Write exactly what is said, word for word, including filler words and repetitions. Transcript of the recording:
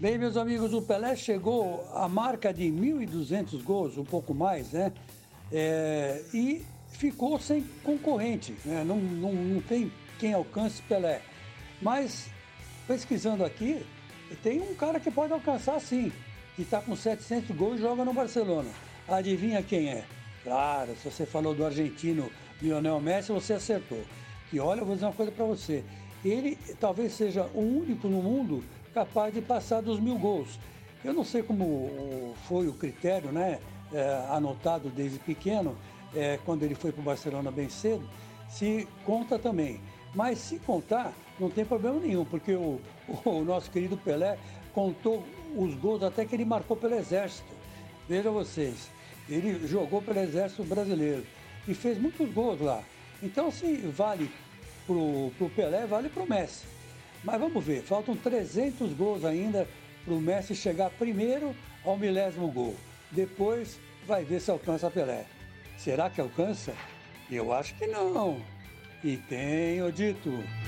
Bem, meus amigos, o Pelé chegou à marca de mil e duzentos gols, um pouco mais, né? É, e ficou sem concorrente, né? Não, não, não tem quem alcance Pelé. Mas, pesquisando aqui, tem um cara que pode alcançar sim, que está com setecentos gols e joga no Barcelona. Adivinha quem é? Claro, se você falou do argentino Lionel Messi, você acertou. E olha, eu vou dizer uma coisa para você. Ele talvez seja o único no mundo capaz de passar dos mil gols. Eu não sei como foi o critério, né, é, anotado desde pequeno, é, quando ele foi para o Barcelona bem cedo, se conta também. Mas se contar, não tem problema nenhum, porque o, o nosso querido Pelé contou os gols até que ele marcou pelo Exército. Vejam vocês, ele jogou pelo Exército Brasileiro e fez muitos gols lá. Então, se vale para o Pelé, vale para o Messi. Mas vamos ver, faltam trezentos gols ainda para o Messi chegar primeiro ao milésimo gol. Depois vai ver se alcança Pelé. Será que alcança? Eu acho que não. E tenho dito.